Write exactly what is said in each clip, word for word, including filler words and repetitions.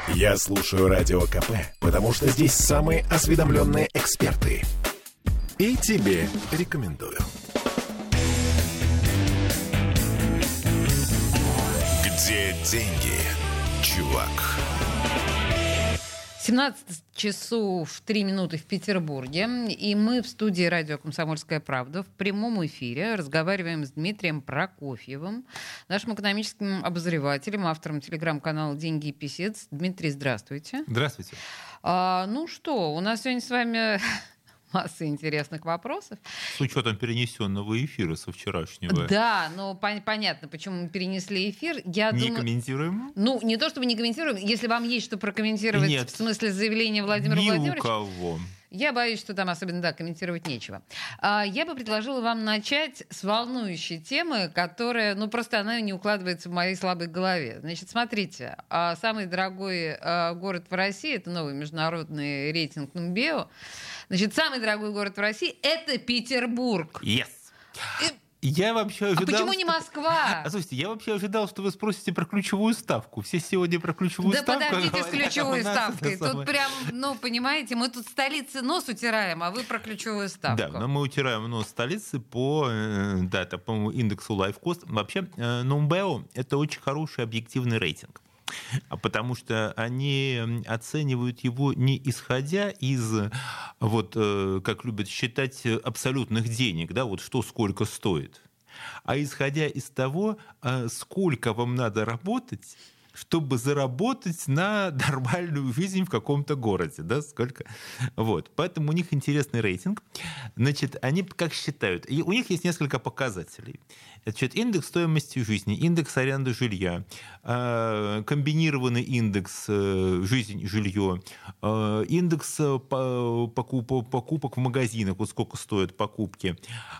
Я слушаю Радио КП, потому что здесь самые осведомленные эксперты. И тебе рекомендую. Где деньги, чувак? семнадцать часов три минуты в Петербурге, и мы в студии радио «Комсомольская правда» в прямом эфире разговариваем с Дмитрием Прокофьевым, нашим экономическим обозревателем, автором телеграм-канала «Деньги и писец». Дмитрий, здравствуйте. Здравствуйте. А, ну что, у нас сегодня с вами масса интересных вопросов. С учетом перенесенного эфира со вчерашнего. Да, но пон- понятно, почему мы перенесли эфир. Я не думаю... комментируем? Ну, не то чтобы не комментируем. Если вам есть что прокомментировать, Нет, в смысле заявления Владимира ни Владимировича... у кого. Я боюсь, что там особенно, да, комментировать нечего. А, я бы предложила вам начать с волнующей темы, которая, ну, просто она не укладывается в моей слабой голове. Значит, смотрите, а, самый дорогой а, город в России, это новый международный рейтинг Numbeo, значит, самый дорогой город в России — это Петербург. Yes. И... Я вообще ожидал... А почему не Москва? А, слушайте, я вообще ожидал, что вы спросите про ключевую ставку. Все сегодня про ключевую да ставку подождите говорят, с ключевой а ставкой. Тут самое... прям, ну, понимаете, мы тут столицы нос утираем, а вы про ключевую ставку. Да, но мы утираем нос столицы по, да, это, по-моему, индексу Life Cost. Вообще, Numbeo — это очень хороший объективный рейтинг. Потому что они оценивают его не исходя из, вот, как любят считать, абсолютных денег, да, вот что сколько стоит, а исходя из того, сколько вам надо работать, чтобы заработать на нормальную жизнь в каком-то городе, да, сколько. Вот. Поэтому у них интересный рейтинг. Значит, они как считают? И у них есть несколько показателей. Значит, индекс стоимости жизни, индекс аренды жилья, комбинированный индекс жизнь-жилье, индекс покупок в магазинах, вот сколько стоят покупки,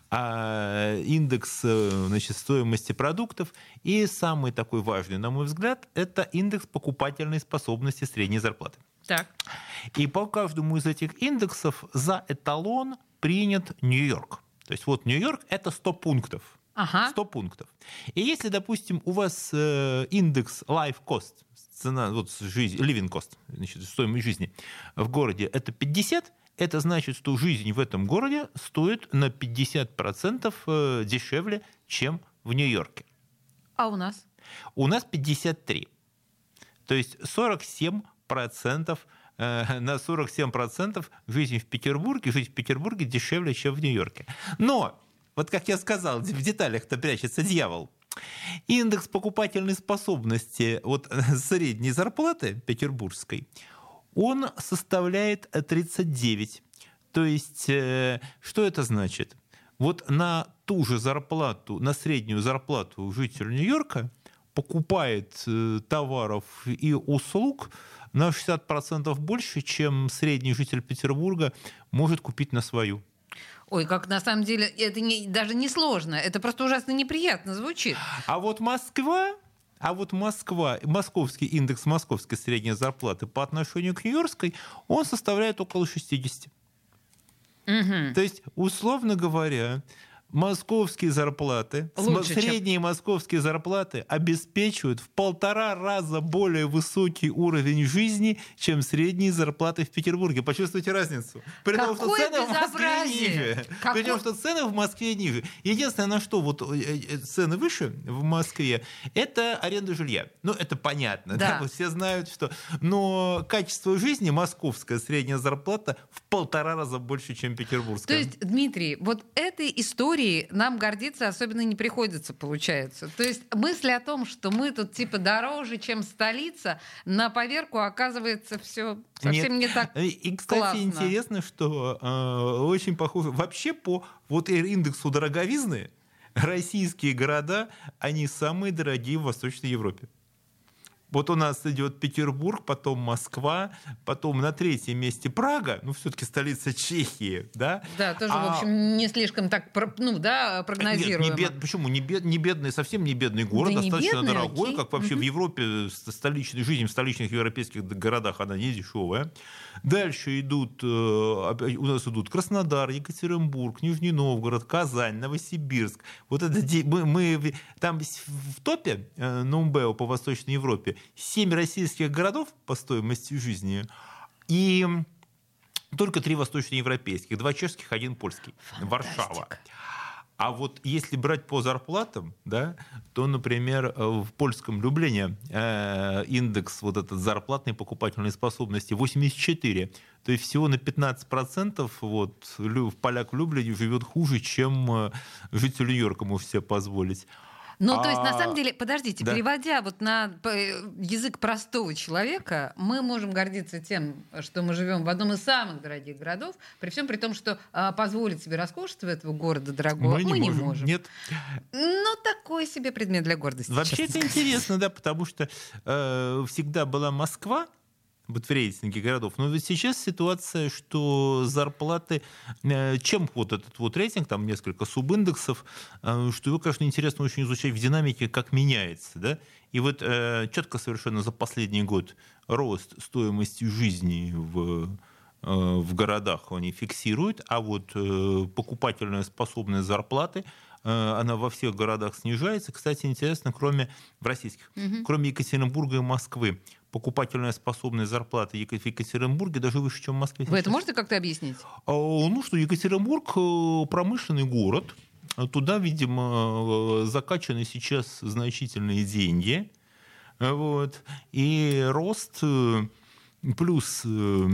индекс, значит, стоимости продуктов и самый такой важный, на мой взгляд, это индекс покупательной способности средней зарплаты. Так. И по каждому из этих индексов за эталон принят Нью-Йорк. То есть вот Нью-Йорк — это сто пунктов. Ага. сто пунктов. И если, допустим, у вас э, индекс Life Cost, цена, вот, жизнь, living cost, значит, стоимость жизни в городе, это пятьдесят, это значит, что жизнь в этом городе стоит на пятьдесят процентов дешевле, чем в Нью-Йорке. А у нас? У нас пятьдесят три. То есть сорок семь процентов, э, на сорок семь процентов жизнь в Петербурге, жизнь в Петербурге дешевле, чем в Нью-Йорке. Но, вот как я сказал, в деталях-то прячется дьявол. Индекс покупательной способности вот, средней зарплаты петербургской, он составляет тридцать девять. То есть, э, что это значит? Вот на ту же зарплату, на среднюю зарплату жителя Нью-Йорка покупает товаров и услуг на шестьдесят процентов больше, чем средний житель Петербурга может купить на свою. Ой, как на самом деле, это не, даже не сложно, это просто ужасно неприятно звучит. А вот Москва, а вот Москва, московский индекс московской средней зарплаты по отношению к нью-йоркской, он составляет около шестьдесят. Угу. То есть, условно говоря, московские зарплаты, лучше, средние чем... московские зарплаты обеспечивают в полтора раза более высокий уровень жизни, чем средние зарплаты в Петербурге. Почувствуйте разницу. При том, что цены в Москве ниже. Какой... При том, что цены в Москве ниже. Единственное, на что вот цены выше в Москве, это аренда жилья. Ну, это понятно. Да. Да? Вот все знают, что... Но качество жизни, московская средняя зарплата в полтора раза больше, чем петербургская. То есть, Дмитрий, вот этой историей нам гордиться особенно не приходится, получается. То есть мысль о том, что мы тут типа дороже, чем столица, на поверку оказывается все совсем Нет. не так И, кстати, классно. интересно, что э, очень похоже... Вообще по вот индексу дороговизны российские города, они самые дорогие в Восточной Европе. Вот у нас идет Петербург, потом Москва, потом на третьем месте Прага, ну, все-таки столица Чехии, да? Да, тоже, а... в общем, не слишком так, ну, да, прогнозируемо. Нет, не бед... Почему? Не, бед... не бедный, совсем не бедный город, да достаточно бедный, дорогой, окей. как вообще угу. в Европе столичная жизнь в столичных европейских городах, она не дешевая. Дальше идут, у нас идут Краснодар, Екатеринбург, Нижний Новгород, Казань, Новосибирск. Вот это мы, мы там в топе Numbeo по Восточной Европе семь российских городов по стоимости жизни и только три восточноевропейских, два чешских, один польский. Фантастика. Варшава. А вот если брать по зарплатам, да, то, например, в польском Люблине э, индекс вот этот зарплатной покупательной способности восемьдесят четыре. То есть всего на пятнадцать процентов вот, поляк в Люблине живет хуже, чем житель Нью-Йорка может себе позволить. Ну, а... то есть, на самом деле, подождите, да. переводя вот на язык простого человека, мы можем гордиться тем, что мы живем в одном из самых дорогих городов, при всем при том, что а, позволить себе роскошество этого города дорогого мы, мы не, не можем. можем. Нет. Ну, такой себе предмет для гордости. Вообще это сказать. интересно, да, потому что э, всегда была Москва, вот в рейтинге городов. Но ведь сейчас ситуация, что зарплаты, чем вот этот вот рейтинг, там несколько субиндексов, что его, конечно, интересно очень изучать в динамике, как меняется. Да? И вот четко совершенно за последний год рост стоимости жизни в, в городах они фиксируют, а вот покупательная способность зарплаты, она во всех городах снижается. Кстати, интересно, кроме в российских, угу. кроме Екатеринбурга и Москвы, покупательная способность зарплаты в Екатеринбурге даже выше, чем в Москве. Вы это можете как-то объяснить? Ну, что Екатеринбург промышленный город. Туда, видимо, закачаны сейчас значительные деньги. Вот. И рост плюс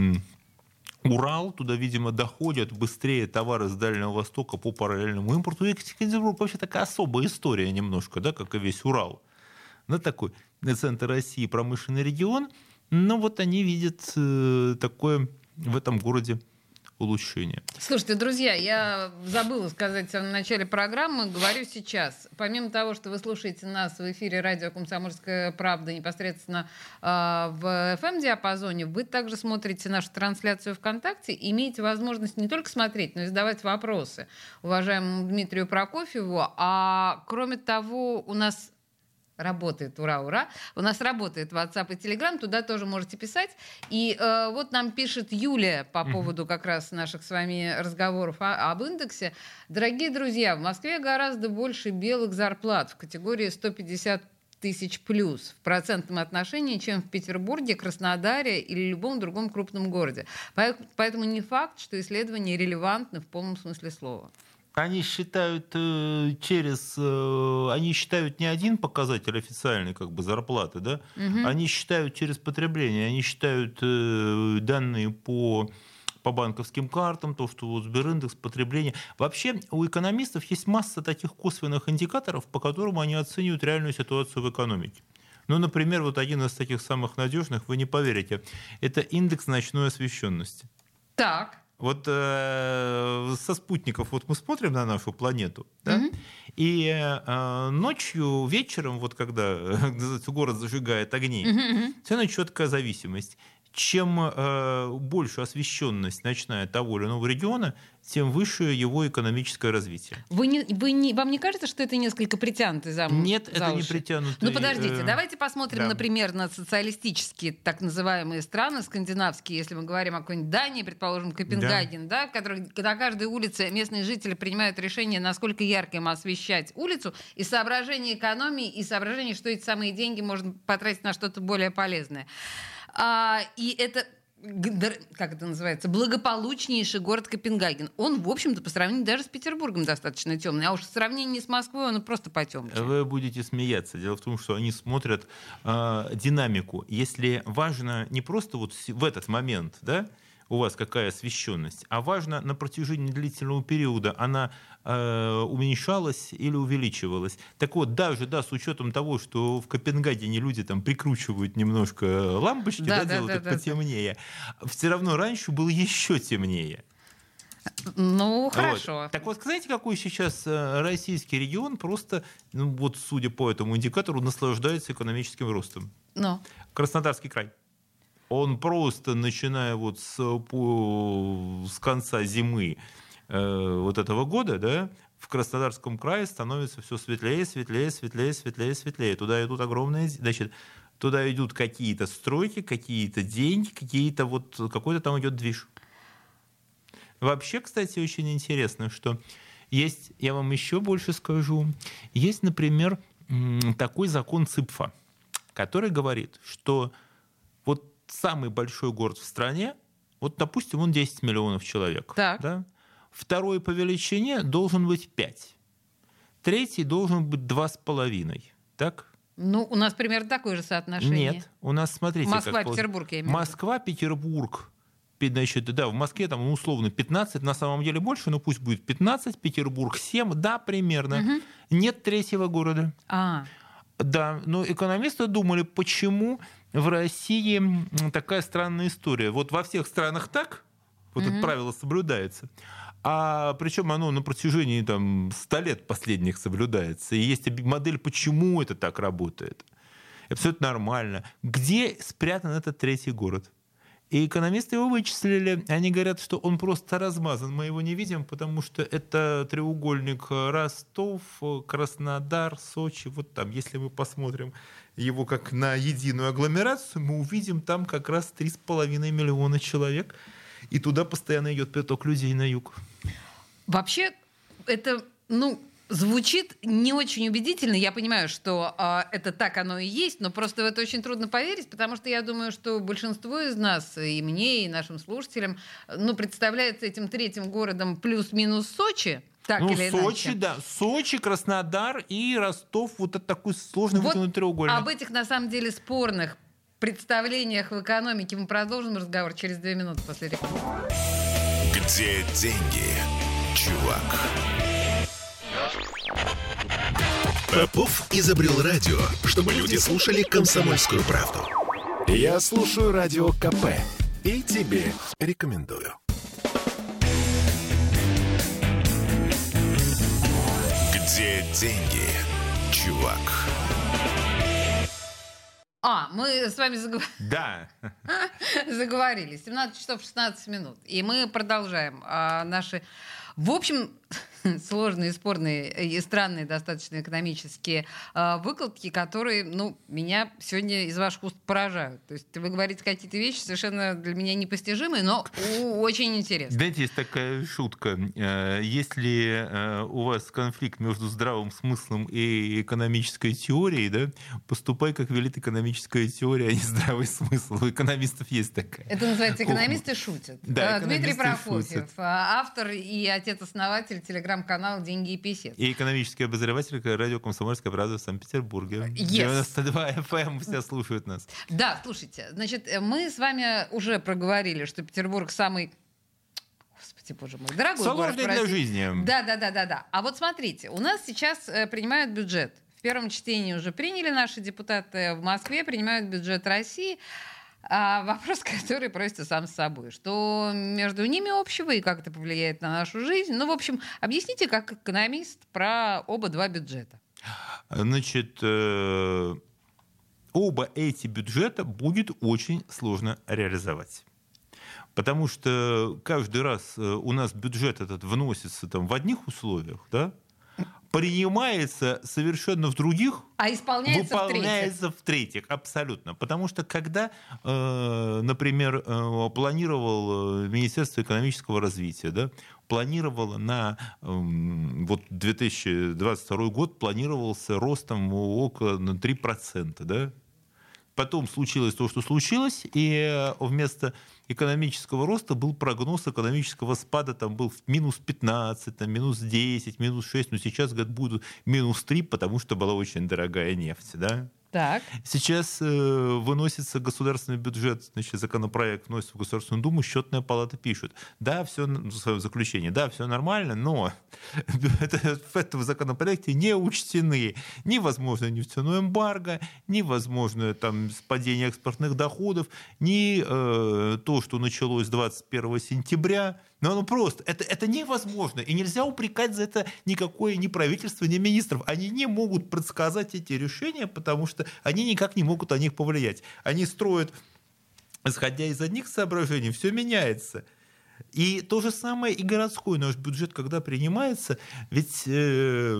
Урал, туда, видимо, доходят быстрее товары с Дальнего Востока по параллельному импорту. Екатеринбург вообще такая особая история немножко, да, как и весь Урал. Ну, такой центр России, промышленный регион. Но вот они видят э, такое в этом городе улучшение. Слушайте, друзья, я забыла сказать в самом начале программы, говорю сейчас. Помимо того, что вы слушаете нас в эфире радио «Комсомольская правда» непосредственно э, в эф эм-диапазоне, вы также смотрите нашу трансляцию ВКонтакте и имеете возможность не только смотреть, но и задавать вопросы уважаемому Дмитрию Прокофьеву. А кроме того, у нас... Работает, ура, ура. У нас работает WhatsApp и Telegram, туда тоже можете писать. И э, вот нам пишет Юлия по поводу как раз наших с вами разговоров о, об индексе. Дорогие друзья, в Москве гораздо больше белых зарплат в категории сто пятьдесят тысяч плюс в процентном отношении, чем в Петербурге, Краснодаре или любом другом крупном городе. Поэтому не факт, что исследования релевантны в полном смысле слова. Они считают э, через, э, они считают не один показатель официальной как бы зарплаты, да, угу. Они считают через потребление, они считают э, данные по по банковским картам, то, что вот Сбериндекс, потребление. Вообще у экономистов есть масса таких косвенных индикаторов, по которым они оценивают реальную ситуацию в экономике. Ну, например, вот один из таких самых надежных, вы не поверите, это индекс ночной освещенности. Так. Вот э, со спутников вот мы смотрим на нашу планету, да, mm-hmm. и э, ночью, вечером, вот когда город зажигает огни, mm-hmm. совершенно четкая зависимость. Чем э, больше освещенность ночная того или иного региона, тем выше его экономическое развитие. Вы не, вы не, вам не кажется, что это несколько притянутый за Нет, за это уши? не притянутый. Ну, подождите, э, давайте посмотрим, да. например, на социалистические так называемые страны, скандинавские, если мы говорим о какой-нибудь Дании, предположим, Копенгаген, да. Да, в которых на каждой улице местные жители принимают решение, насколько ярко им освещать улицу, и соображение экономии, и соображение, что эти самые деньги можно потратить на что-то более полезное. А, и это, как это называется, благополучнейший город Копенгаген. Он, в общем-то, по сравнению даже с Петербургом достаточно темный. А уж в сравнении с Москвой он просто потемнее. Вы будете смеяться. Дело в том, что они смотрят э, динамику. Если важно не просто вот в этот момент, да, у вас какая освещенность, а важно на протяжении длительного периода она э, уменьшалась или увеличивалась. Так вот, даже да, с учетом того, что в Копенгагене люди там прикручивают немножко лампочки, да, да, да, делают да, их да, потемнее, да. Все равно раньше было еще темнее. Ну, хорошо. Вот. Так вот, знаете, какой сейчас российский регион просто, ну, вот, судя по этому индикатору, наслаждается экономическим ростом? Ну. Краснодарский край. Он просто, начиная вот с, по, с конца зимы э, вот этого года, да, в Краснодарском крае становится все светлее, светлее, светлее, светлее, светлее. Туда идут огромные, значит, туда идут какие-то стройки, какие-то деньги, какие-то вот, какой-то там идет движ. Вообще, кстати, очень интересно, что есть, я вам еще больше скажу, есть, например, такой закон Цыпфа, который говорит, что вот самый большой город в стране, вот, допустим, он десять миллионов человек. Так. Да? Второй по величине должен быть пять. Третий должен быть два с половиной. Так? Ну, у нас примерно такое же соотношение. Нет, у нас, смотрите... Москва, как Петербург, я имею в виду. Москва, Петербург. Значит, да, в Москве там ну, условно пятнадцать, на самом деле больше, но пусть будет пятнадцать, Петербург семь, да, примерно. Угу. Нет третьего города. А. Да, но экономисты думали, почему в России такая странная история. Вот во всех странах так, вот Угу. это правило соблюдается, а причем оно на протяжении там, ста лет последних соблюдается. И есть модель, почему это так работает. Абсолютно нормально. Где спрятан этот третий город? И экономисты его вычислили. Они говорят, что он просто размазан. Мы его не видим, потому что это треугольник Ростов, Краснодар, Сочи. Вот там, если мы посмотрим его как на единую агломерацию, мы увидим там как раз три с половиной миллиона человек. И туда постоянно идет приток людей на юг. Вообще, это, ну, звучит не очень убедительно. Я понимаю, что э, это так оно и есть, но просто в это очень трудно поверить, потому что я думаю, что большинство из нас, и мне, и нашим слушателям, ну, представляется этим третьим городом плюс-минус Сочи. Так ну, или Сочи, иначе. да. Сочи, Краснодар и Ростов. Вот это такой сложный Вот вытянутый треугольник. Об этих, на самом деле, спорных представлениях в экономике мы продолжим разговор через две минуты после рекламы. Где деньги, чувак? Попов изобрел радио, чтобы люди слушали комсомольскую правду. Я слушаю радио КП и тебе рекомендую. Где деньги, чувак? А, мы с вами заговорили. Да. Заговорили. семнадцать часов шестнадцать минут. И мы продолжаем а, наши, в общем, сложные, спорные и странные достаточно экономические а, выкладки, которые, ну, меня сегодня из ваших уст поражают. То есть вы говорите какие-то вещи совершенно для меня непостижимые, но очень интересные. Знаете, есть такая шутка. Если у вас конфликт между здравым смыслом и экономической теорией, да, поступай, как велит экономическая теория, а не здравый смысл. У экономистов есть такая. Это называется «Экономисты шутят». Да, Дмитрий экономисты Прокофьев, шутят. автор и отец-основатель телеграм-канала «Деньги и писец». И экономический обозреватель радио «Комсомольская правда» в Санкт-Петербурге. Yes. девяносто два эф эм, все слушают нас. Да, слушайте, значит, мы с вами уже проговорили, что Петербург самый, господи, боже мой, дорогой город Сложный в для России. жизни. Да, да, да, да, да. А вот смотрите, у нас сейчас э, принимают бюджет. В первом чтении уже приняли наши депутаты в Москве, принимают бюджет России. А вопрос, который просится сам с собой. Что между ними общего и как это повлияет на нашу жизнь? Ну, в общем, объясните, как экономист, про оба два бюджета. Значит, э, оба эти бюджета будет очень сложно реализовать. Потому что каждый раз у нас бюджет этот вносится там, в одних условиях, да, принимается совершенно в других, а исполняется выполняется в третьих. Абсолютно. Потому что когда, э, например, э, планировал Министерство экономического развития, да, планировало на э, вот две тысячи двадцать второй год планировался ростом около на три процента, да. Потом случилось то, что случилось, и вместо экономического роста был прогноз экономического спада, там был минус пятнадцать, там, минус десять, минус шесть, но сейчас, говорят, будут минус три, потому что была очень дорогая нефть, да? Так. Сейчас э, выносится государственный бюджет, значит, законопроект вносится в Государственную Думу, счетная палата пишет. Да, все, в своем заключении, да, все нормально, но это, в этом законопроекте не учтены ни возможное нефтяное эмбарго, ни возможное там падение экспортных доходов, ни э, то, что началось двадцать первого сентября. Но оно просто, это, это невозможно. И нельзя упрекать за это никакое ни правительство, ни министров. Они не могут предсказать эти решения, потому что они никак не могут на них повлиять. Они строят, исходя из одних соображений, все меняется. И то же самое и городской наш бюджет, когда принимается, ведь... Э,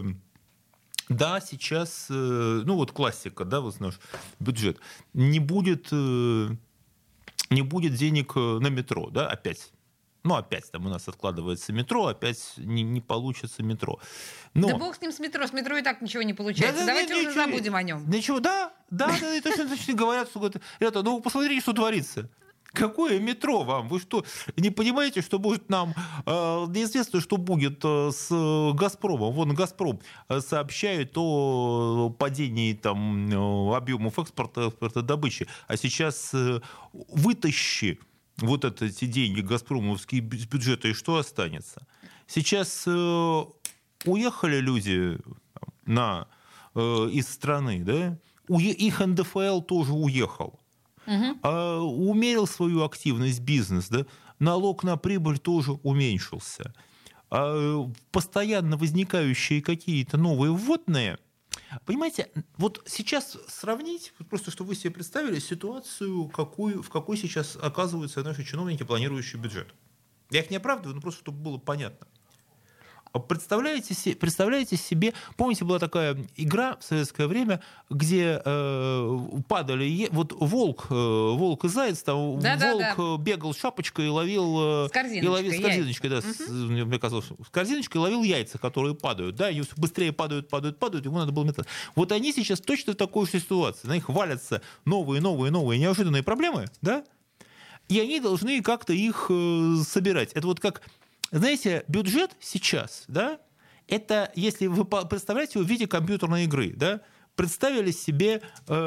да, сейчас, э, ну вот классика, да, вот наш бюджет, не будет, э, не будет денег на метро, да, опять. Ну, опять там у нас откладывается метро, опять не, не получится метро. Но... Да бог с ним, с метро. С метро и так ничего не получается. Да, Давайте да, уже ничего, забудем о нем. Ничего, да, да, да, и точно, точно говорят, что это, ну, посмотрите, что творится. Какое метро вам? Вы что, не понимаете, что будет нам... Э, неизвестно, что будет э, с «Газпромом». Вон «Газпром» сообщает о падении там, э, объемов экспорта, экспорта, добычи. А сейчас э, вытащи вот это, эти деньги газпромовские из бюджета, и что останется? Сейчас э, уехали люди на, э, из страны, да? У, их эн дэ эф эл тоже уехал. Угу. А, умерил свою активность бизнес, да? Налог на прибыль тоже уменьшился. А, постоянно возникающие какие-то новые вводные. Понимаете, вот сейчас сравнить, просто чтобы вы себе представили ситуацию, какую, в какой сейчас оказываются наши чиновники, планирующие бюджет. Я их не оправдываю, но просто чтобы было понятно. Представляете, представляете себе, помните, была такая игра в советское время, где э, падали, вот волк, э, волк и заяц, там да, волк да, да. бегал с шапочкой и ловил... С корзиночкой. И ловил, с корзиночкой, да, угу. с, мне казалось, с корзиночкой ловил яйца, которые падают, да, и быстрее падают, падают, падают, ему надо было метать. Вот они сейчас точно в такой же ситуации, на них валятся новые, новые, новые неожиданные проблемы, да, и они должны как-то их э, собирать. Это вот как... Знаете, бюджет сейчас, да, это, если вы представляете его в виде компьютерной игры, да, представили себе,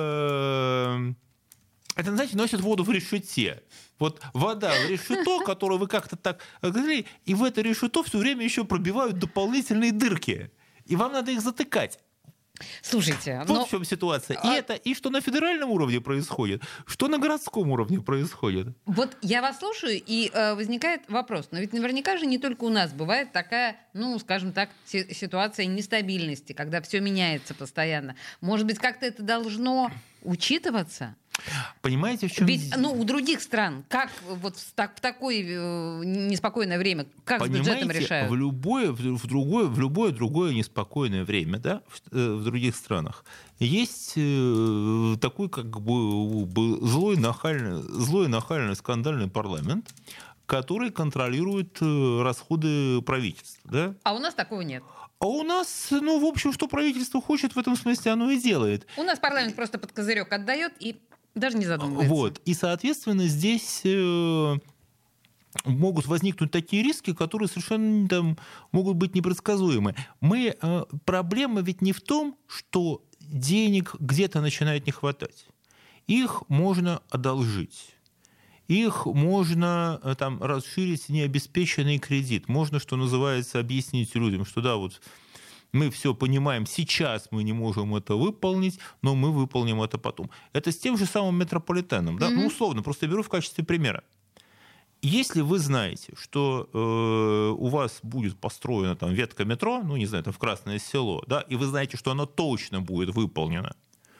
э, это, знаете, носит воду в решете. Вот вода в решето, которую вы как-то так... И в это решето все время еще пробивают дополнительные дырки. И вам надо их затыкать. Слушайте, вот но... в чем ситуация. И, а... это, и что на федеральном уровне происходит, что на городском уровне происходит. Вот я вас слушаю, и э, возникает вопрос. Но ведь наверняка же не только у нас бывает такая, ну, скажем так, си- ситуация нестабильности, когда все меняется постоянно. Может быть, как-то это должно учитываться? Понимаете, в чем... Ведь, ну, у других стран, как вот в, так, в такое э, неспокойное время, как Понимаете, с бюджетом решают? В любое, в, другое, в любое другое неспокойное время, да, в, в других странах, есть э, такой как бы злой, нахальный, злой, нахальный, скандальный парламент, который контролирует э, расходы правительства. Да? А у нас такого нет. А у нас, ну, в общем, что правительство хочет, в этом смысле оно и делает. У нас парламент просто под козырек отдает и даже не задумывается. Вот. И, соответственно, здесь э, могут возникнуть такие риски, которые совершенно там, могут быть непредсказуемы. Мы, э, проблема ведь не в том, что денег где-то начинает не хватать. Их можно одолжить. Их можно там, расширить необеспеченный кредит. Можно, что называется, объяснить людям, что да, вот мы все понимаем, сейчас мы не можем это выполнить, но мы выполним это потом. Это с тем же самым метрополитеном. Да? Mm-hmm. Ну, условно, просто беру в качестве примера. Если вы знаете, что э, у вас будет построена там, ветка метро, ну, не знаю, там, в Красное Село, да, и вы знаете, что она точно будет выполнена,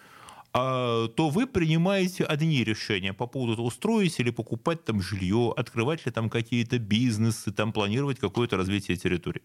то вы принимаете одни решения по поводу того, строить или покупать там жилье, открывать ли там какие-то бизнесы, там планировать какое-то развитие территории.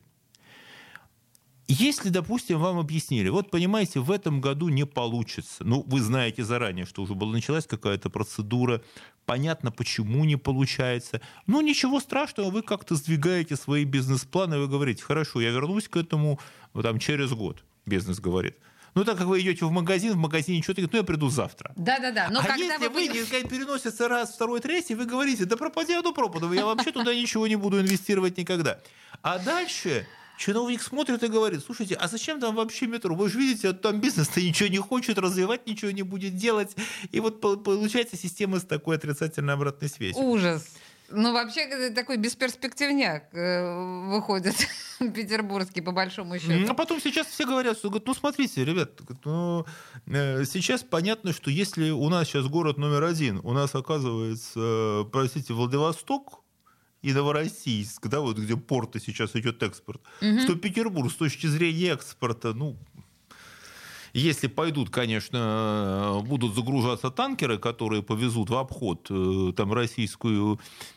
Если, допустим, вам объяснили, вот, понимаете, в этом году не получится, ну, вы знаете заранее, что уже была началась какая-то процедура, понятно, почему не получается, ну, ничего страшного, вы как-то сдвигаете свои бизнес-планы, вы говорите, хорошо, я вернусь к этому там, через год, бизнес говорит. Ну, так как вы идете в магазин, в магазине что-то говорит, ну, я приду завтра. Да-да-да. Но а когда если вы... вы переносится раз, второй, третий, вы говорите, да пропади оно пропаду, я вообще туда ничего не буду инвестировать никогда. А дальше чиновник смотрит и говорит, слушайте, а зачем там вообще метро? Вы же видите, там бизнес-то ничего не хочет, развивать ничего не будет делать. И вот получается система с такой отрицательной обратной связью. Ужас. Ну, вообще, такой бесперспективняк э, выходит петербургский, по большому счету. А потом сейчас все говорят, что, ну, смотрите, ребят, ну, э, сейчас понятно, что если у нас сейчас город номер один, у нас, оказывается, простите, Владивосток и Новороссийск, да, вот где порты сейчас идет экспорт, угу. что Петербург с точки зрения экспорта, ну, если пойдут, конечно, будут загружаться танкеры, которые повезут в обход там, российскую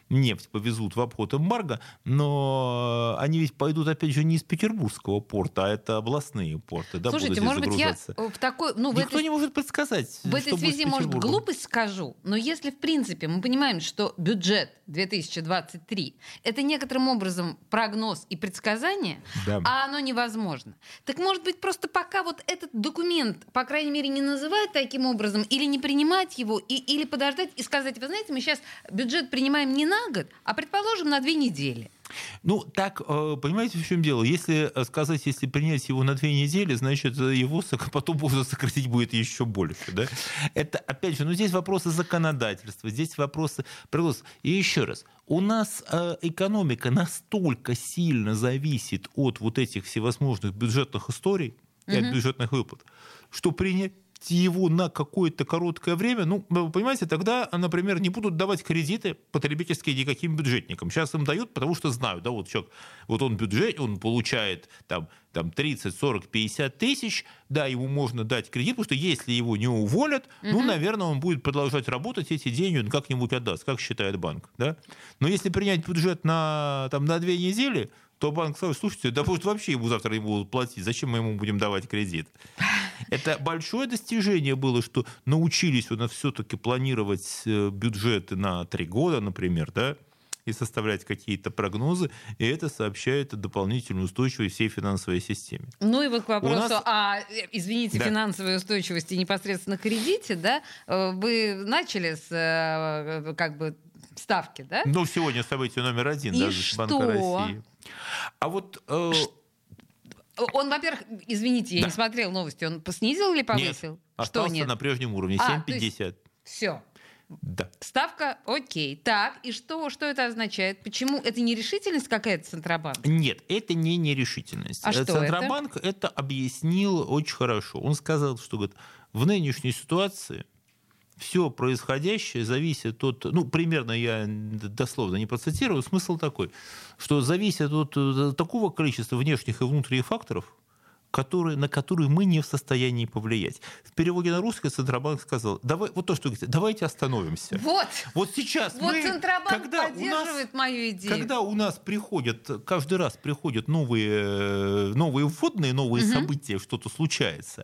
нефть повезут в обход эмбарго, но они ведь пойдут, опять же, не из Петербургского порта, а это областные порты. Да, слушайте, может быть, я в такой... Ну, Никто в этой... не может предсказать, В этой связи, может, глупость скажу, но если, в принципе, мы понимаем, что бюджет две тысячи двадцать три это некоторым образом прогноз и предсказание, да. а оно невозможно, так, может быть, просто пока вот этот документ, по крайней мере, не называть таким образом, или не принимать его, и, или подождать и сказать, вы знаете, мы сейчас бюджет принимаем не на год, а, предположим, на две недели. Ну, так, понимаете, в чем дело? Если сказать, если принять его на две недели, значит, его потом можно сократить будет еще больше. Да? Это, опять же, ну, здесь вопросы законодательства, здесь вопросы... И еще раз, у нас экономика настолько сильно зависит от вот этих всевозможных бюджетных историй и угу. от бюджетных выплат, что принять его на какое-то короткое время, ну, вы понимаете, тогда, например, не будут давать кредиты потребительские никаким бюджетникам. Сейчас им дают, потому что знают, да, вот человек, вот он бюджет, он получает там, там тридцать, сорок, пятьдесят тысяч, да, ему можно дать кредит, потому что если его не уволят, угу. ну, наверное, он будет продолжать работать, эти деньги он как-нибудь отдаст, как считает банк, да. Но если принять бюджет на, там, на две недели, то банк скажет, слушайте, да может вообще ему завтра не будут платить, зачем мы ему будем давать кредит? Это большое достижение было, что научились у нас все-таки планировать бюджеты на три года, например, да, и составлять какие-то прогнозы, и это сообщает о дополнительной устойчивости всей финансовой системе. Ну и вот к вопросу нас... о, извините, да. финансовой устойчивости непосредственно кредите, да, вы начали с, как бы, ставки, да? Ну, сегодня событие номер один, и да, Банка России. А вот... Э... Он, во-первых, извините, я да. не смотрел новости, он снизил или повысил? Нет, остался нет? на прежнем уровне, семь пятьдесят. Все. Да. Ставка окей. Так, и что, что это означает? Почему? Это нерешительность какая-то Центробанка? Нет, это не нерешительность. А что Центробанк это? это объяснил очень хорошо. Он сказал, что говорит, в нынешней ситуации все происходящее зависит от... Ну, примерно я дословно не процитирую. Смысл такой, что зависит от такого количества внешних и внутренних факторов, которые, на которые мы не в состоянии повлиять. В переводе на русский Центробанк сказал, давай, вот то, что говорите, давайте остановимся. Вот, вот сейчас вот мы... Центробанк когда поддерживает нас, мою идею. Когда у нас приходят, каждый раз приходят новые, новые вводные, новые угу. события, что-то случается,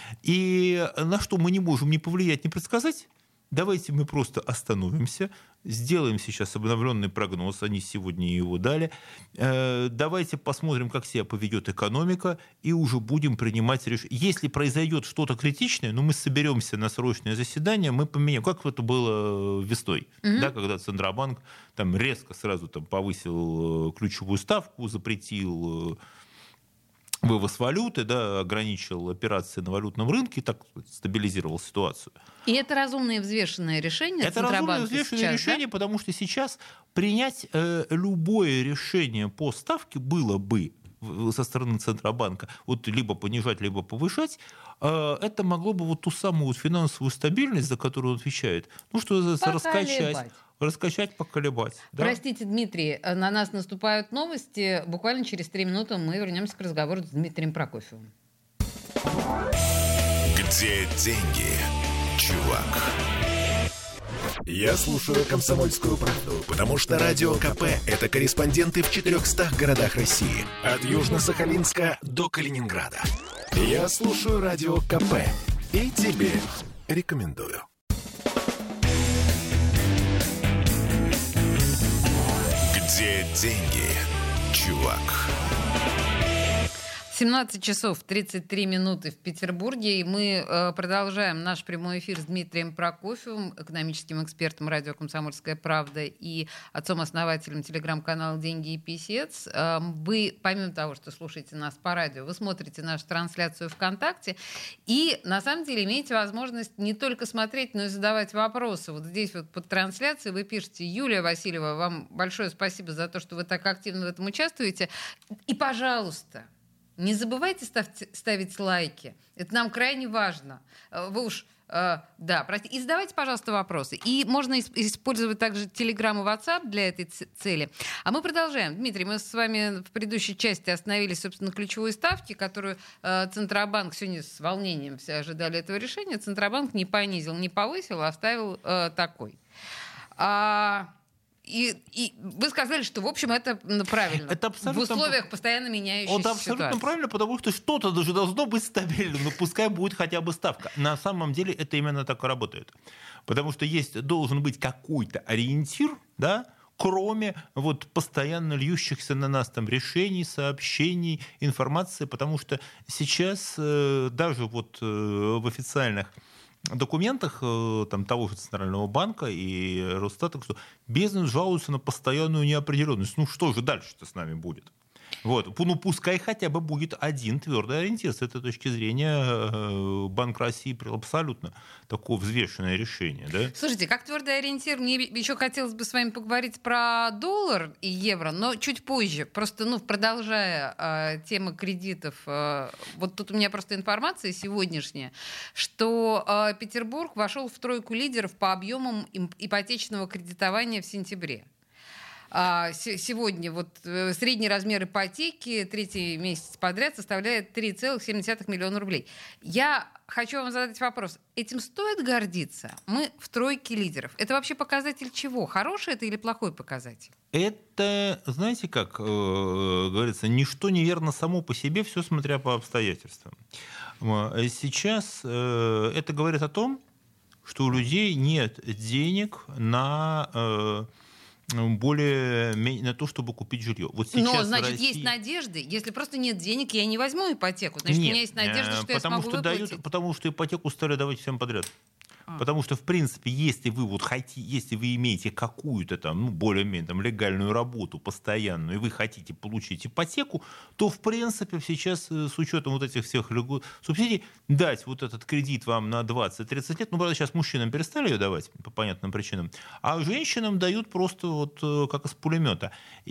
и на что мы не можем ни повлиять, ни предсказать, давайте мы просто остановимся, сделаем сейчас обновленный прогноз, они сегодня его дали, давайте посмотрим, как себя поведет экономика, и уже будем принимать решения. Если произойдет что-то критичное, ну, мы соберемся на срочное заседание, мы поменяем, как это было весной, угу. да, когда Центробанк там, резко сразу там, повысил ключевую ставку, запретил... вывоз валюты, да, ограничил операции на валютном рынке и так стабилизировал ситуацию. И это разумное и взвешенное решение Это разумное и взвешенное сейчас, решение, да? Потому что сейчас принять э, любое решение по ставке было бы со стороны Центробанка, вот либо понижать, либо повышать, э, это могло бы вот ту самую вот финансовую стабильность, за которую он отвечает, ну что за раскачать. Раскачать, поколебать. Да? Простите, Дмитрий, на нас наступают новости. Буквально через три минуты мы вернемся к разговору с Дмитрием Прокофьевым. Где деньги, чувак? Я слушаю «Комсомольскую правду», потому что Радио КП – это корреспонденты в четырехстах городах России. От Южно-Сахалинска до Калининграда. Я слушаю Радио КП и тебе рекомендую. Где деньги, чувак? семнадцать часов тридцать три минуты в Петербурге, и мы э, продолжаем наш прямой эфир с Дмитрием Прокофьевым, экономическим экспертом радио «Комсомольская правда» и отцом-основателем телеграм-канала «Деньги и писец». Э, вы, помимо того, что слушаете нас по радио, вы смотрите нашу трансляцию ВКонтакте, и, на самом деле, имеете возможность не только смотреть, но и задавать вопросы. Вот здесь вот под трансляцией вы пишете: Юлия Васильева, вам большое спасибо за то, что вы так активно в этом участвуете. И, пожалуйста, не забывайте ставьте, ставить лайки. Это нам крайне важно. Вы уж, э, да, простите. И задавайте, пожалуйста, вопросы. И можно использовать также Telegram и WhatsApp для этой цели. А мы продолжаем. Дмитрий, мы с вами в предыдущей части остановились, собственно, на ключевой ставке, которую э, Центробанк сегодня с волнением все ожидали этого решения. Центробанк не понизил, не повысил, а оставил э, такой. А... И, и вы сказали, что, в общем, это правильно. Это абсолютно... В условиях постоянно меняющейся Это абсолютно ситуации. правильно, потому что что-то даже должно быть стабильным, но пускай будет хотя бы ставка. На самом деле это именно так и работает. Потому что есть, должен быть какой-то ориентир, да, кроме вот постоянно льющихся на нас там решений, сообщений, информации, потому что сейчас э, даже вот э, в официальных документах э, там, того же Центрального банка и Росстата, что бизнес жалуется на постоянную неопределенность. Ну что же дальше-то с нами будет? Вот. Ну, пускай хотя бы будет один твердый ориентир. С этой точки зрения Банк России принял абсолютно такое взвешенное решение. Да? Слушайте, как твердый ориентир, мне еще хотелось бы с вами поговорить про доллар и евро, но чуть позже. Просто, ну, продолжая э, тему кредитов, э, вот тут у меня просто информация сегодняшняя, что э, Петербург вошел в тройку лидеров по объемам ипотечного кредитования в сентябре. Сегодня вот средний размер ипотеки третий месяц подряд составляет три целых семь десятых миллиона рублей. Я хочу вам задать вопрос. Этим стоит гордиться? Мы в тройке лидеров. Это вообще показатель чего? Хороший это или плохой показатель? Это, знаете, как э, говорится, ничто не верно само по себе, все смотря по обстоятельствам. Сейчас э, это говорит о том, что у людей нет денег на... Э, более на то, чтобы купить жилье. Вот сейчас Но, значит, России... есть надежды. Если просто нет денег, я не возьму ипотеку. Значит, Нет, у меня есть надежда, что я смогу что выплатить. Дают, потому что ипотеку стали давать всем подряд. А. Потому что, в принципе, если вы вот хотите, если вы имеете какую-то там, ну, более-менее там, легальную работу постоянную, и вы хотите получить ипотеку, то, в принципе, сейчас с учетом вот этих всех субсидий дать вот этот кредит вам на двадцать-тридцать лет, ну, правда, сейчас мужчинам перестали ее давать по понятным причинам, а женщинам дают просто вот как из пулемета.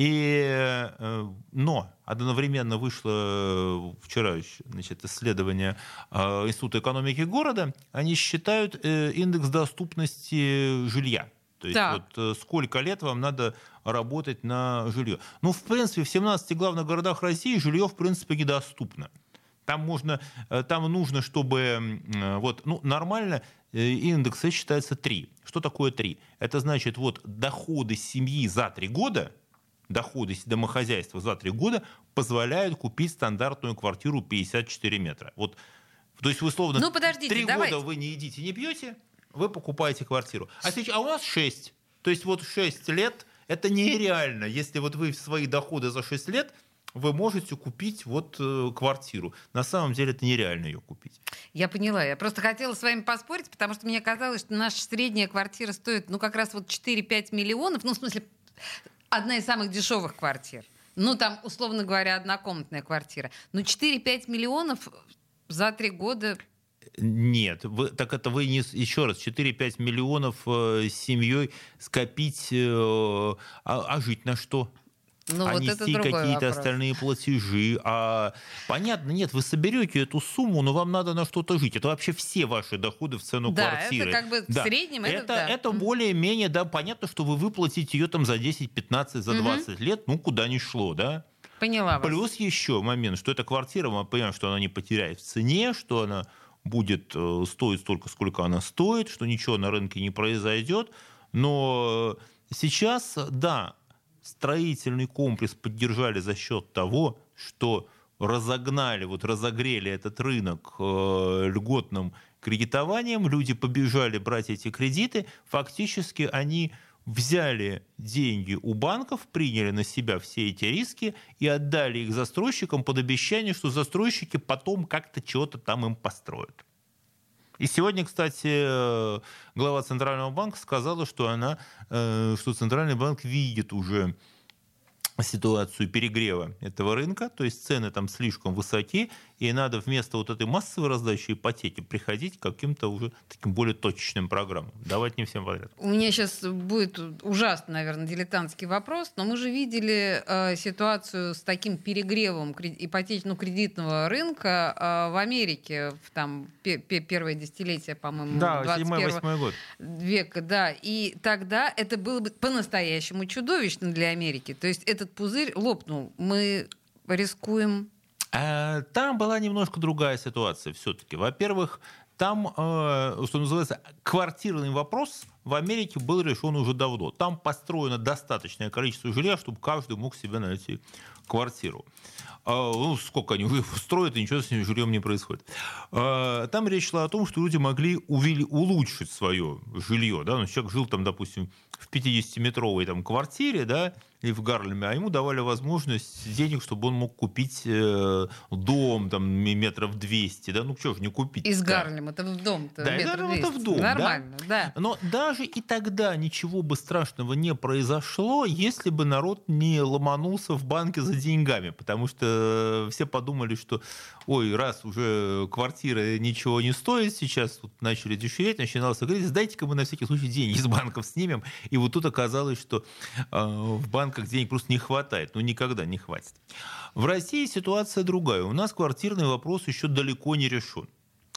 И, но одновременно вышло вчера, значит, исследование Института экономики города, они считают индекс доступности жилья. То есть так. вот сколько лет вам надо работать на жилье. Ну, в принципе, в семнадцати главных городах России жилье, в принципе, недоступно. Там, можно, там нужно, чтобы... Вот, ну, нормально индекс считается три. Что такое три? Это значит, вот доходы семьи за три года, доходы домохозяйства за три года позволяют купить стандартную квартиру пятьдесят четыре метра. Вот, то есть, условно, ну, три года вы не едите, не пьете, вы покупаете квартиру. А, сейчас, а у нас шесть. То есть вот шесть лет это нереально. Если вот вы свои доходы за шесть лет, вы можете купить вот э, квартиру. На самом деле это нереально ее купить. Я поняла. Я просто хотела с вами поспорить, потому что мне казалось, что наша средняя квартира стоит, ну, как раз вот четыре-пять миллионов. Ну, в смысле, одна из самых дешевых квартир. Ну, там, условно говоря, однокомнатная квартира. Но четыре-пять миллионов за три года... Нет, вы, так это вы не... Еще раз, четыре-пять миллионов э, с семьей скопить, э, а, а жить на что? Ну, а вот нести какие-то остальные платежи. А, понятно, нет, вы соберете эту сумму, но вам надо на что-то жить. Это вообще все ваши доходы в цену да, квартиры. Это как бы да, в среднем это, это, да. это более-менее, да, понятно, что вы выплатите ее там за десять, пятнадцать, за двадцать угу. лет, ну, куда ни шло, да? Поняла вас. Плюс еще момент, что эта квартира, мы понимаем, что она не потеряет в цене, что она будет стоить столько, сколько она стоит, что ничего на рынке не произойдет. Но сейчас, да, строительный комплекс поддержали за счет того, что разогнали, вот разогрели этот рынок э, льготным кредитованием, люди побежали брать эти кредиты, фактически они взяли деньги у банков, приняли на себя все эти риски и отдали их застройщикам под обещание, что застройщики потом как-то чего-то там им построят. И сегодня, кстати, глава Центрального банка сказала, что, она, что Центральный банк видит уже ситуацию перегрева этого рынка, то есть цены там слишком высоки, и надо вместо вот этой массовой раздачи ипотеки приходить к каким-то уже таким более точечным программам. Давать не всем подряд. У меня сейчас будет ужасно, наверное, дилетантский вопрос, но мы же видели э, ситуацию с таким перегревом ипотечного кредитного рынка э, в Америке в там, п- п- первое десятилетие, по-моему, да, двадцать первого седьмой-восьмой год. века. Да, и тогда это было бы по-настоящему чудовищно для Америки. То есть этот пузырь лопнул. Мы рискуем... Там была немножко другая ситуация все-таки. Во-первых, там, что называется, квартирный вопрос в Америке был решен уже давно. Там построено достаточное количество жилья, чтобы каждый мог себе найти квартиру. Ну, сколько они уже строят, и ничего с этим жильем не происходит. Там речь шла о том, что люди могли улучшить свое жилье. Да? Ну, человек жил там, допустим, в пятидесятиметровой там квартире, да, или в Гарлеме, а ему давали возможность денег, чтобы он мог купить э, дом там, метров двести. Да? Ну, что же не купить? Из Гарлема-то в дом-то да, метров двести. Это в дом, нормально, да? да? Но даже и тогда ничего бы страшного не произошло, если бы народ не ломанулся в банке за деньгами. Потому что все подумали, что ой, раз уже квартира ничего не стоит, сейчас тут начали дешеветь, начинался кризис, дайте-ка мы на всякий случай деньги из банков снимем. И вот тут оказалось, что э, в банках денег просто не хватает. Ну, никогда не хватит. В России ситуация другая. У нас квартирный вопрос еще далеко не решен.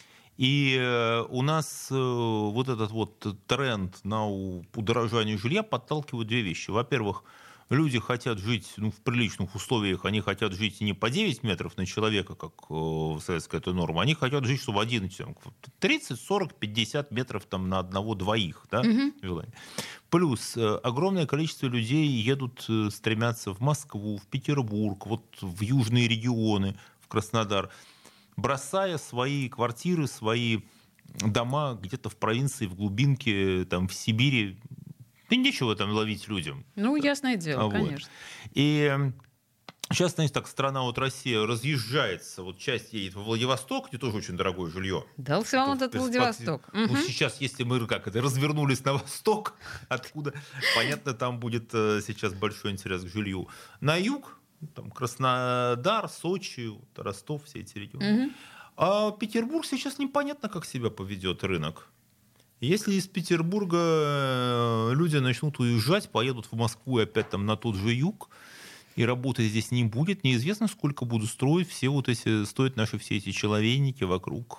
И э, у нас э, вот этот вот тренд на удорожание жилья подталкивает две вещи. Во-первых, люди хотят жить ну, в приличных условиях, они хотят жить не по девять метров на человека, как э, советская эта норма, они хотят жить, чтобы одиннадцать, тридцать, сорок, пятьдесят метров там, на одного-двоих. Да? Mm-hmm. Плюс э, огромное количество людей едут, э, стремятся в Москву, в Петербург, вот в южные регионы, в Краснодар, бросая свои квартиры, свои дома где-то в провинции, в глубинке, там, в Сибири. Да нечего там ловить людям. Ну, ясное дело, вот. Конечно. И сейчас, знаете, так страна, вот Россия разъезжается, вот часть едет во Владивосток, где тоже очень дорогое жилье. Дался вам этот Владивосток. Ну, угу. Сейчас, если мы как это, развернулись на восток, откуда, понятно, там будет сейчас большой интерес к жилью. На юг, там Краснодар, Сочи, Ростов, все эти регионы. Угу. А Петербург сейчас непонятно, как себя поведет рынок. Если из Петербурга люди начнут уезжать, поедут в Москву и опять там на тот же юг, и работы здесь не будет, неизвестно, сколько будут строить все вот эти, стоят наши все эти человейники вокруг,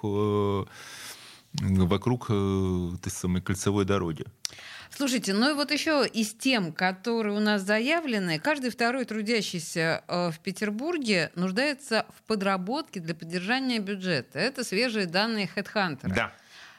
вокруг той самой кольцевой дороги. Слушайте, ну и вот еще из тем, которые у нас заявлены, каждый второй трудящийся в Петербурге нуждается в подработке для поддержания бюджета. Это свежие данные HeadHunter. Да.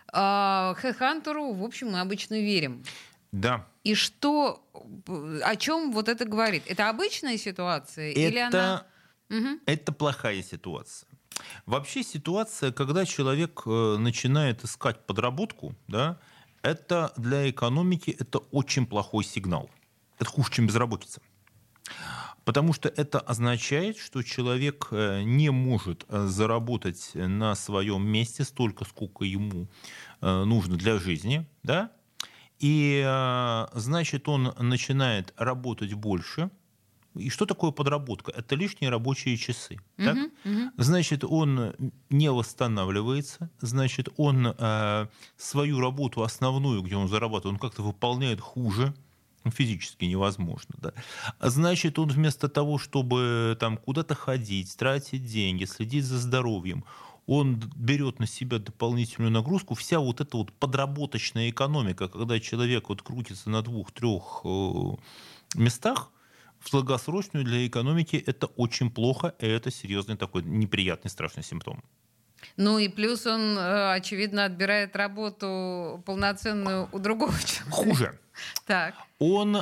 HeadHunter, в общем, мы обычно верим. Да. И что, о чем вот это говорит? Это обычная ситуация? Это, или она... это плохая ситуация. Вообще ситуация, когда человек начинает искать подработку, да, это для экономики это очень плохой сигнал. Это хуже, чем безработица. Потому что это означает, что человек не может заработать на своем месте столько, сколько ему нужно для жизни, да? И значит, он начинает работать больше. И что такое подработка? Это лишние рабочие часы. Uh-huh, так? Uh-huh. Значит, он не восстанавливается, значит, он свою работу основную, где он зарабатывает, он как-то выполняет хуже. Физически невозможно, да. Значит, он вместо того, чтобы там куда-то ходить, тратить деньги, следить за здоровьем, он берет на себя дополнительную нагрузку. Вся вот эта вот подработочная экономика, когда человек вот крутится на двух-трех местах, в долгосрочную для экономики это очень плохо, и это серьезный такой неприятный, страшный симптом. Ну и плюс он, очевидно, отбирает работу полноценную у другого человека. Хуже. Так. Он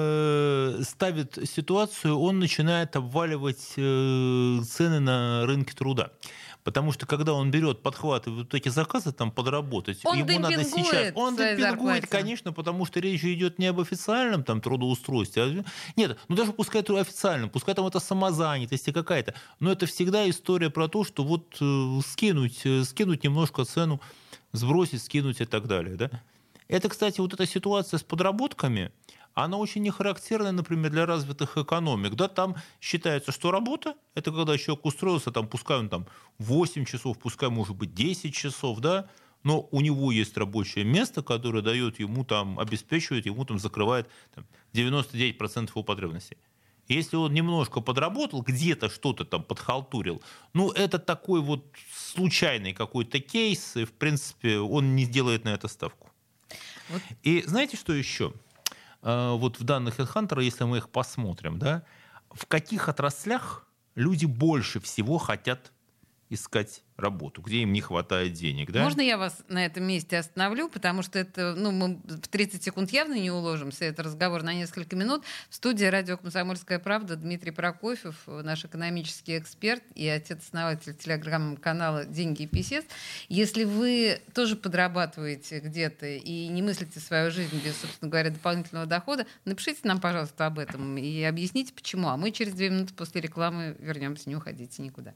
э, ставит ситуацию, он начинает обваливать э, цены на рынке труда. Потому что когда он берет, подхватывает вот эти заказы там подработать, он ему надо сейчас... Он демпингует, конечно, потому что речь идет не об официальном там трудоустройстве. А... Нет, ну даже пускай официальном, пускай там это самозанятость и какая-то. Но это всегда история про то, что вот э, скинуть, э, скинуть немножко цену, сбросить, скинуть и так далее, да? Это, кстати, вот эта ситуация с подработками, она очень не характерна, например, для развитых экономик. Да, там считается, что работа – это когда человек устроился, там, пускай он там восемь часов, пускай, может быть, десять часов, да, но у него есть рабочее место, которое дает ему, там, обеспечивает, ему там, закрывает там, девяносто девять процентов его потребностей. Если он немножко подработал, где-то что-то там подхалтурил, ну, это такой вот случайный какой-то кейс, и, в принципе, он не делает на это ставку. Вот. И знаете, что еще? Вот в данных HeadHunter, если мы их посмотрим, да, в каких отраслях люди больше всего хотят искать работу, где им не хватает денег. Да? Можно я вас на этом месте остановлю, потому что это, ну, мы в тридцать секунд явно не уложимся, это разговор на несколько минут. В студии радио «Комсомольская правда» Дмитрий Прокофьев, наш экономический эксперт и отец-основатель телеграм-канала «Деньги и писец». Если вы тоже подрабатываете где-то и не мыслите свою жизнь без, собственно говоря, дополнительного дохода, напишите нам, пожалуйста, об этом и объясните, почему. А мы через две минуты после рекламы вернемся, не уходите никуда.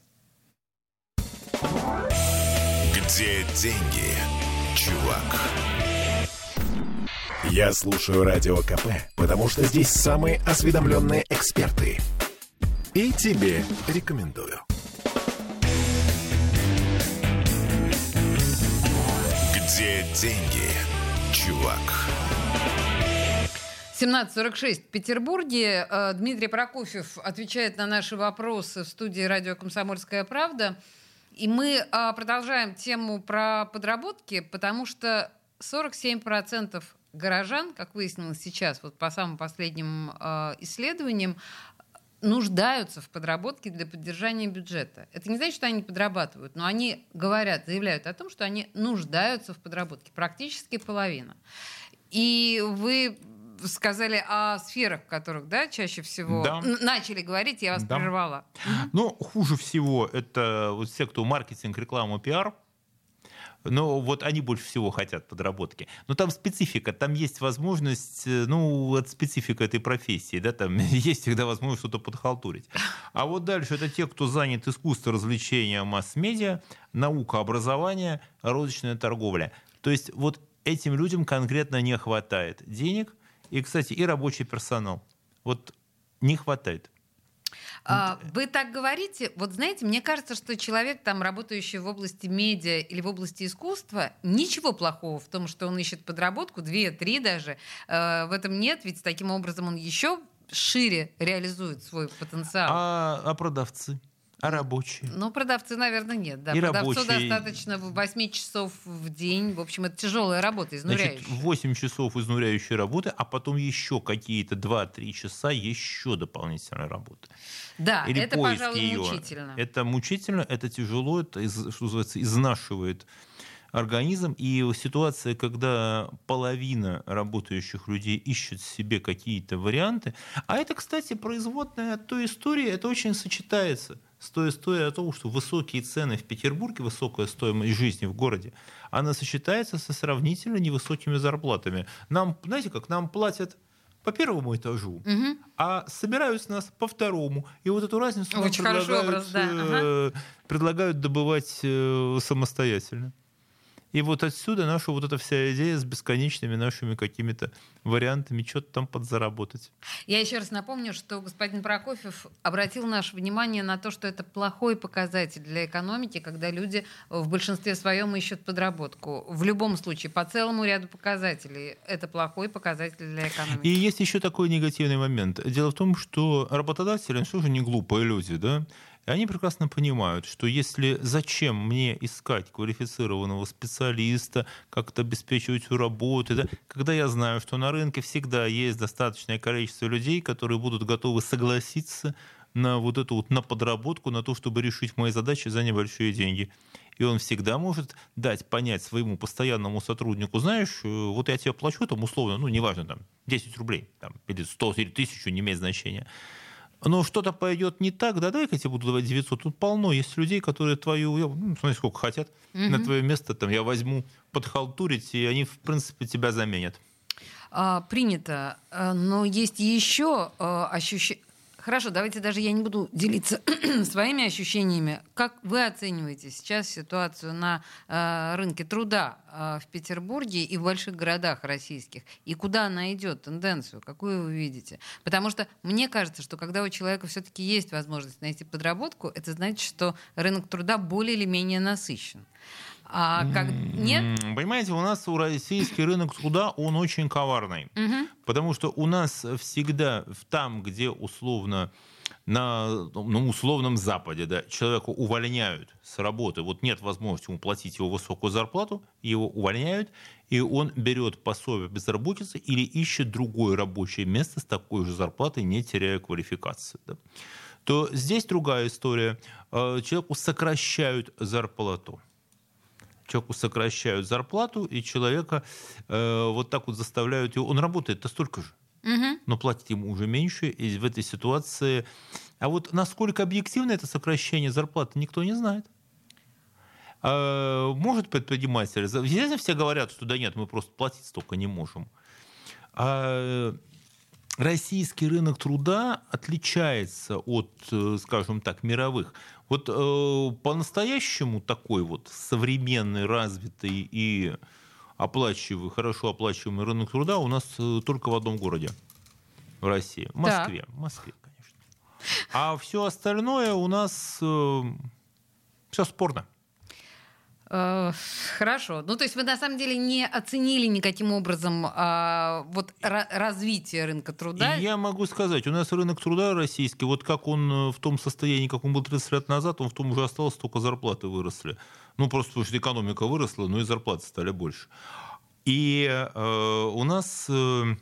Где деньги, чувак? Я слушаю Радио КП, потому что здесь самые осведомленные эксперты. И тебе рекомендую. Где деньги, чувак? семнадцать сорок шесть в Петербурге. Дмитрий Прокофьев отвечает на наши вопросы в студии радио «Комсомольская правда». И мы а, продолжаем тему про подработки, потому что сорок семь процентов горожан, как выяснилось сейчас, вот по самым последним а, исследованиям, нуждаются в подработке для поддержания бюджета. Это не значит, что они подрабатывают, но они говорят, заявляют о том, что они нуждаются в подработке. Практически половина. И вы сказали о сферах, в которых, да, чаще всего да. начали говорить, я вас да. прервала. Ну, хуже всего это вот все, кто маркетинг, рекламу, пиар. Но вот они больше всего хотят подработки. Но там специфика, там есть возможность, ну, от специфика этой профессии, да, там есть всегда возможность что-то подхалтурить. А вот дальше это те, кто занят искусство, развлечения, масс-медиа, наука, образование, розничная торговля. То есть вот этим людям конкретно не хватает денег. И, кстати, и рабочий персонал. Вот не хватает. А, вы так говорите, вот знаете, мне кажется, что человек, там, работающий в области медиа или в области искусства, ничего плохого в том, что он ищет подработку, две-три даже, э, в этом нет, ведь таким образом он еще шире реализует свой потенциал. А, а продавцы? А рабочие? Ну, продавцы, наверное, нет. Да. И Продавцу рабочие... достаточно восемь часов в день. В общем, это тяжелая работа, изнуряющая. Значит, восемь часов изнуряющей работы, а потом еще какие-то два-три часа еще дополнительной работы. Да, Или это, поиск пожалуй, ее. мучительно. Это мучительно, это тяжело, это, что называется, изнашивает организм. И ситуация, когда половина работающих людей ищет себе какие-то варианты, а это, кстати, производная от той истории, это очень сочетается с той историей о том, что высокие цены в Петербурге, высокая стоимость жизни в городе, она сочетается со сравнительно невысокими зарплатами. Нам, знаете, как нам платят по первому этажу, угу. а собирают с нас по второму. И вот эту разницу нам предлагают, образ, да. э, предлагают добывать э, самостоятельно. И вот отсюда наша вот эта вся идея с бесконечными нашими какими-то вариантами что-то там подзаработать. Я еще раз напомню, что господин Прокофьев обратил наше внимание на то, что это плохой показатель для экономики, когда люди в большинстве своем ищут подработку. В любом случае, по целому ряду показателей, это плохой показатель для экономики. И есть еще такой негативный момент. Дело в том, что работодатели, они тоже не глупые люди, да? И они прекрасно понимают, что если зачем мне искать квалифицированного специалиста, как-то обеспечивать его работу, да, когда я знаю, что на рынке всегда есть достаточное количество людей, которые будут готовы согласиться на вот эту вот на подработку, на то, чтобы решить мои задачи за небольшие деньги. И он всегда может дать понять своему постоянному сотруднику, знаешь, вот я тебе плачу там условно, ну неважно, там десять рублей, там, или сто, или тысячу, не имеет значения. Но что-то пойдет не так, да, дай-ка я тебе буду давать девятьсот. Тут полно есть людей, которые твою, ну, смотри, сколько хотят, mm-hmm. на твое место там я возьму подхалтурить, и они, в принципе, тебя заменят. А, принято. Но есть еще а, ощущение... Хорошо, давайте даже я не буду делиться своими ощущениями. Как вы оцениваете сейчас ситуацию на э, рынке труда э, в Петербурге и в больших городах российских? И куда она идет, тенденцию? Какую вы видите? Потому что мне кажется, что когда у человека все-таки есть возможность найти подработку, это значит, что рынок труда более или менее насыщен. А как нет? Понимаете, у нас у российский рынок труда, он очень коварный. Угу. Потому что у нас всегда там, где условно на ну, условном Западе, да, человека увольняют с работы, вот нет возможности ему платить его высокую зарплату, его увольняют, и он берет пособие безработицы или ищет другое рабочее место с такой же зарплатой, не теряя квалификации. Да. то здесь другая история. Человеку сокращают зарплату. Человеку сокращают зарплату, и человека э, вот так вот заставляют его... Он работает-то столько же, угу. но платит ему уже меньше, и в этой ситуации... А вот насколько объективно это сокращение зарплаты, никто не знает. А, может предприниматель... Естественно, все говорят, что да нет, мы просто платить столько не можем. А российский рынок труда отличается от, скажем так, мировых. Вот э, по-настоящему такой вот современный, развитый и оплачиваемый, хорошо оплачиваемый рынок труда у нас э, только в одном городе в России. В Москве. В Москве, конечно. А все остальное у нас э, все спорно. Хорошо. Ну, то есть вы на самом деле не оценили никаким образом а, вот ра- развитие рынка труда? И я могу сказать, у нас рынок труда российский, вот как он в том состоянии, как он был тридцать лет назад, он в том уже остался, только зарплаты выросли. Ну, просто потому что экономика выросла, но и зарплаты стали больше. И э, у нас... Э,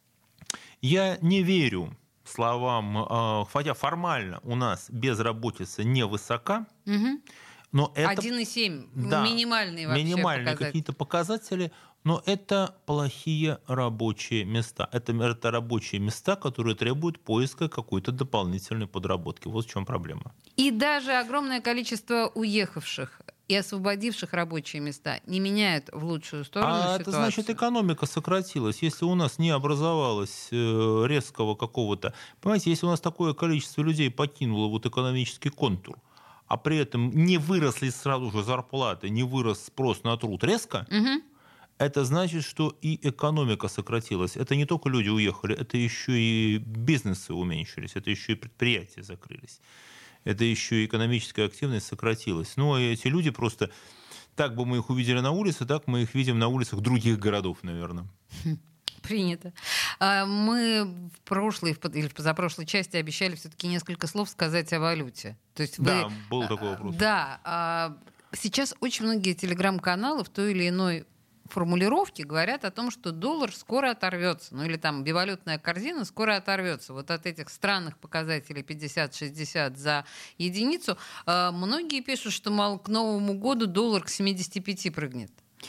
я не верю словам, э, хотя формально у нас безработица невысока, угу. Но это, один и семь, да, минимальные вообще минимальные показатели. какие-то показатели, но это плохие рабочие места. Это, это рабочие места, которые требуют поиска какой-то дополнительной подработки. Вот в чем проблема. И даже огромное количество уехавших и освободивших рабочие места не меняют в лучшую сторону а ситуацию. Это значит, экономика сократилась. Если у нас не образовалось резкого какого-то... Понимаете, если у нас такое количество людей покинуло вот экономический контур, а при этом не выросли сразу же зарплаты, не вырос спрос на труд резко, угу. это значит, что и экономика сократилась. Это не только люди уехали, это еще и бизнесы уменьшились, это еще и предприятия закрылись, это еще и экономическая активность сократилась. Ну, и эти люди просто... Так бы мы их увидели на улице, так мы их видим на улицах других городов, наверное. Принято. Мы в прошлой или в позапрошлой части обещали все-таки несколько слов сказать о валюте. То есть вы... Да, был такой вопрос. Да. Сейчас очень многие телеграм-каналы в той или иной формулировке говорят о том, что доллар скоро оторвется. Ну или там бивалютная корзина скоро оторвется. Вот от этих странных показателей пятьдесят-шестьдесят за единицу. Многие пишут, что, мол, к Новому году доллар к семидесяти пяти прыгнет.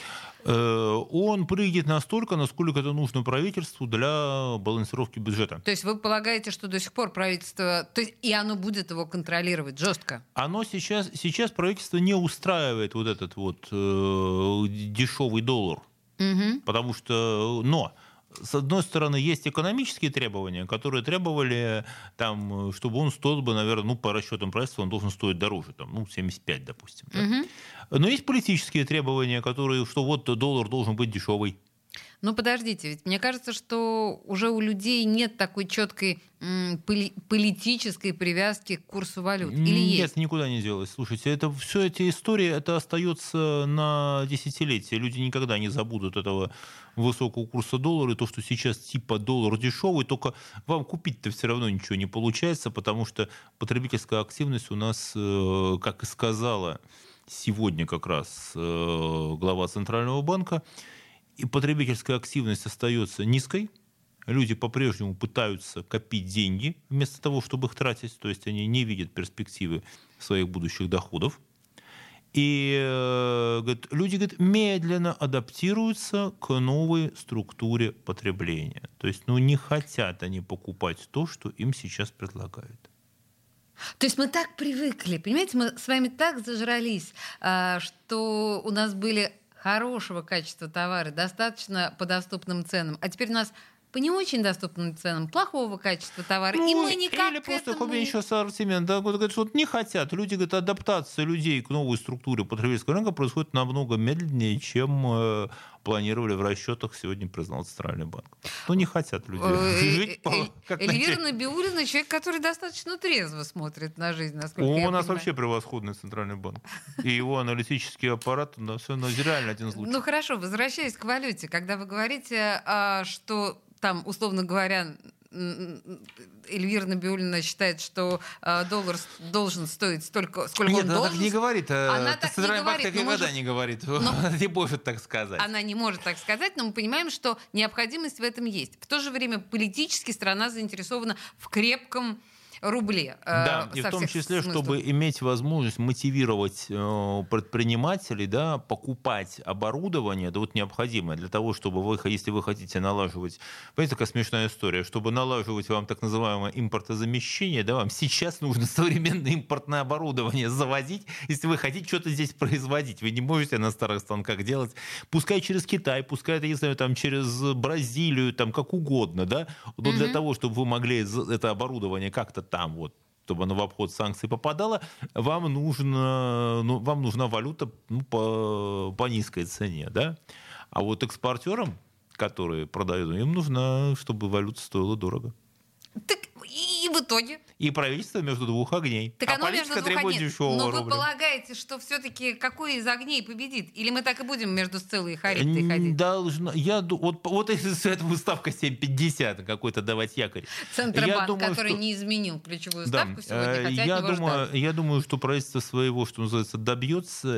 Он прыгнет настолько, насколько это нужно правительству для балансировки бюджета. То есть вы полагаете, что до сих пор правительство... То есть и оно будет его контролировать жестко? Оно сейчас, сейчас правительство не устраивает вот этот вот э, дешевый доллар. Угу. Потому что... Но... С одной стороны, есть экономические требования, которые требовали, там, чтобы он стоил бы, наверное, ну, по расчетам правительства, он должен стоить дороже, там, ну, семьдесят пять, допустим. Да? Угу. Но есть политические требования, которые, что вот доллар должен быть дешевый. Ну, подождите, ведь мне кажется, что уже у людей нет такой четкой м, поли- политической привязки к курсу валют. Или Нет, есть? никуда не делось. Слушайте, это все эти истории, это остается на десятилетия. Люди никогда не забудут этого высокого курса доллара, и то, что сейчас типа доллар дешевый, только вам купить-то все равно ничего не получается, потому что потребительская активность у нас, как и сказала сегодня как раз глава Центрального банка, и потребительская активность остается низкой. Люди по-прежнему пытаются копить деньги вместо того, чтобы их тратить. То есть они не видят перспективы своих будущих доходов. И говорит, люди говорит, медленно адаптируются к новой структуре потребления. То есть ну, не хотят они покупать то, что им сейчас предлагают. То есть мы так привыкли, понимаете, мы с вами так зажрались, что у нас были... хорошего качества товары, достаточно по доступным ценам. А теперь у нас по не очень доступным ценам плохого качества товара, ну, и мы никак или к просто этому... еще ассортимент. Да, говорят, что вот не хотят. Люди говорят, адаптация людей к новой структуре потребительского рынка происходит намного медленнее, чем э, планировали в расчетах, сегодня признал Центральный банк. Ну, не хотят люди жить по... Эльвира Набиуллина человек, который достаточно трезво смотрит на жизнь, насколько я У нас понимаю. вообще превосходный Центральный банк. И его аналитический аппарат, да, все, ну, реально один из лучших. Ну, хорошо, возвращаясь к валюте, когда вы говорите, что там, условно говоря, Эльвира Набиуллина считает, что э, доллар должен стоить столько, сколько Нет, он она должен. так не говорит. Она так Центральный не банк говорит, так никогда не говорит. Но... не может так сказать. Она не может так сказать, но мы понимаем, что необходимость в этом есть. В то же время политически страна заинтересована в крепком рубле. Да, э, и со в том всех числе, смыслов. чтобы иметь возможность мотивировать э, предпринимателей, да, покупать оборудование, да, вот необходимое для того, чтобы вы, если вы хотите налаживать, понимаете, такая смешная история, чтобы налаживать вам так называемое импортозамещение, да, вам сейчас нужно современное импортное оборудование завозить, если вы хотите что-то здесь производить. Вы не можете на старых станках делать, пускай через Китай, пускай это, не знаю, там, через Бразилию, там, как угодно, да, но mm-hmm. для того, чтобы вы могли это оборудование как-то там вот, чтобы оно в обход санкций попадало, вам, нужно, ну, вам нужна валюта, ну, по, по низкой цене, да? А вот экспортерам, которые продают, им нужно, чтобы валюта стоила дорого. Так и в итоге? И правительство между двух огней. Так а оно политика между двух требует огней. дешевого Но вы рубля. полагаете, что все-таки какой из огней победит? Или мы так и будем между Сциллой и Харибдой ходить? Должна, я, вот, вот если эта выставка семь пятьдесят какой-то давать якорь. Центробанк, думаю, который что... не изменил ключевую да, ставку сегодня, хотя я от него думаю, ждали. я думаю, что правительство своего, что называется, добьется,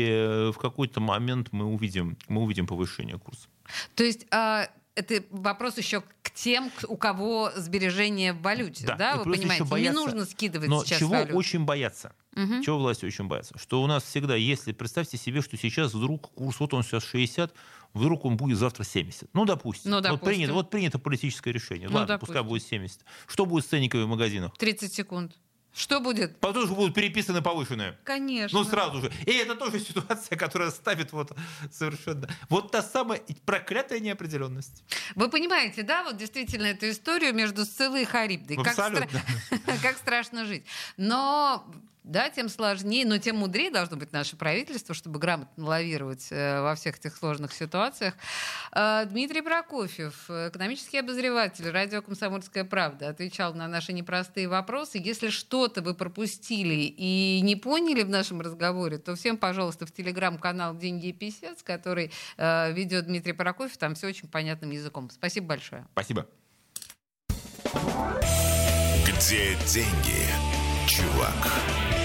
и в какой-то момент мы увидим, мы увидим повышение курса. То есть... А... Это вопрос еще к тем, у кого сбережения в валюте, да, да вы понимаете? Не нужно скидывать но сейчас чего валюту. очень боятся? Угу. Чего власти очень боятся? Что у нас всегда, если, представьте себе, что сейчас вдруг курс, вот он сейчас шестьдесят, вдруг он будет завтра семьдесят. Ну, допустим. Ну, допустим. Вот, принято, вот принято политическое решение. Ну, ладно, допустим. Пускай будет семьдесят. Что будет с ценниками в магазинах? тридцать секунд. Что будет? Потом же будут переписаны повышенные. Конечно. Ну, сразу же. И это тоже ситуация, которая ставит вот совершенно... Вот та самая проклятая неопределенность. Вы понимаете, да, вот действительно эту историю между Сциллой и Харибдой. Как, стра... как страшно жить. Но... Да, тем сложнее, но тем мудрее должно быть наше правительство, чтобы грамотно лавировать э, во всех этих сложных ситуациях. Э, Дмитрий Прокофьев, экономический обозреватель, радио «Комсомольская правда», отвечал на наши непростые вопросы. Если что-то вы пропустили и не поняли в нашем разговоре, то всем, пожалуйста, в телеграм-канал «Деньги и писец», который э, ведет Дмитрий Прокофьев, там все очень понятным языком. Спасибо большое. Спасибо. Где деньги, чувак?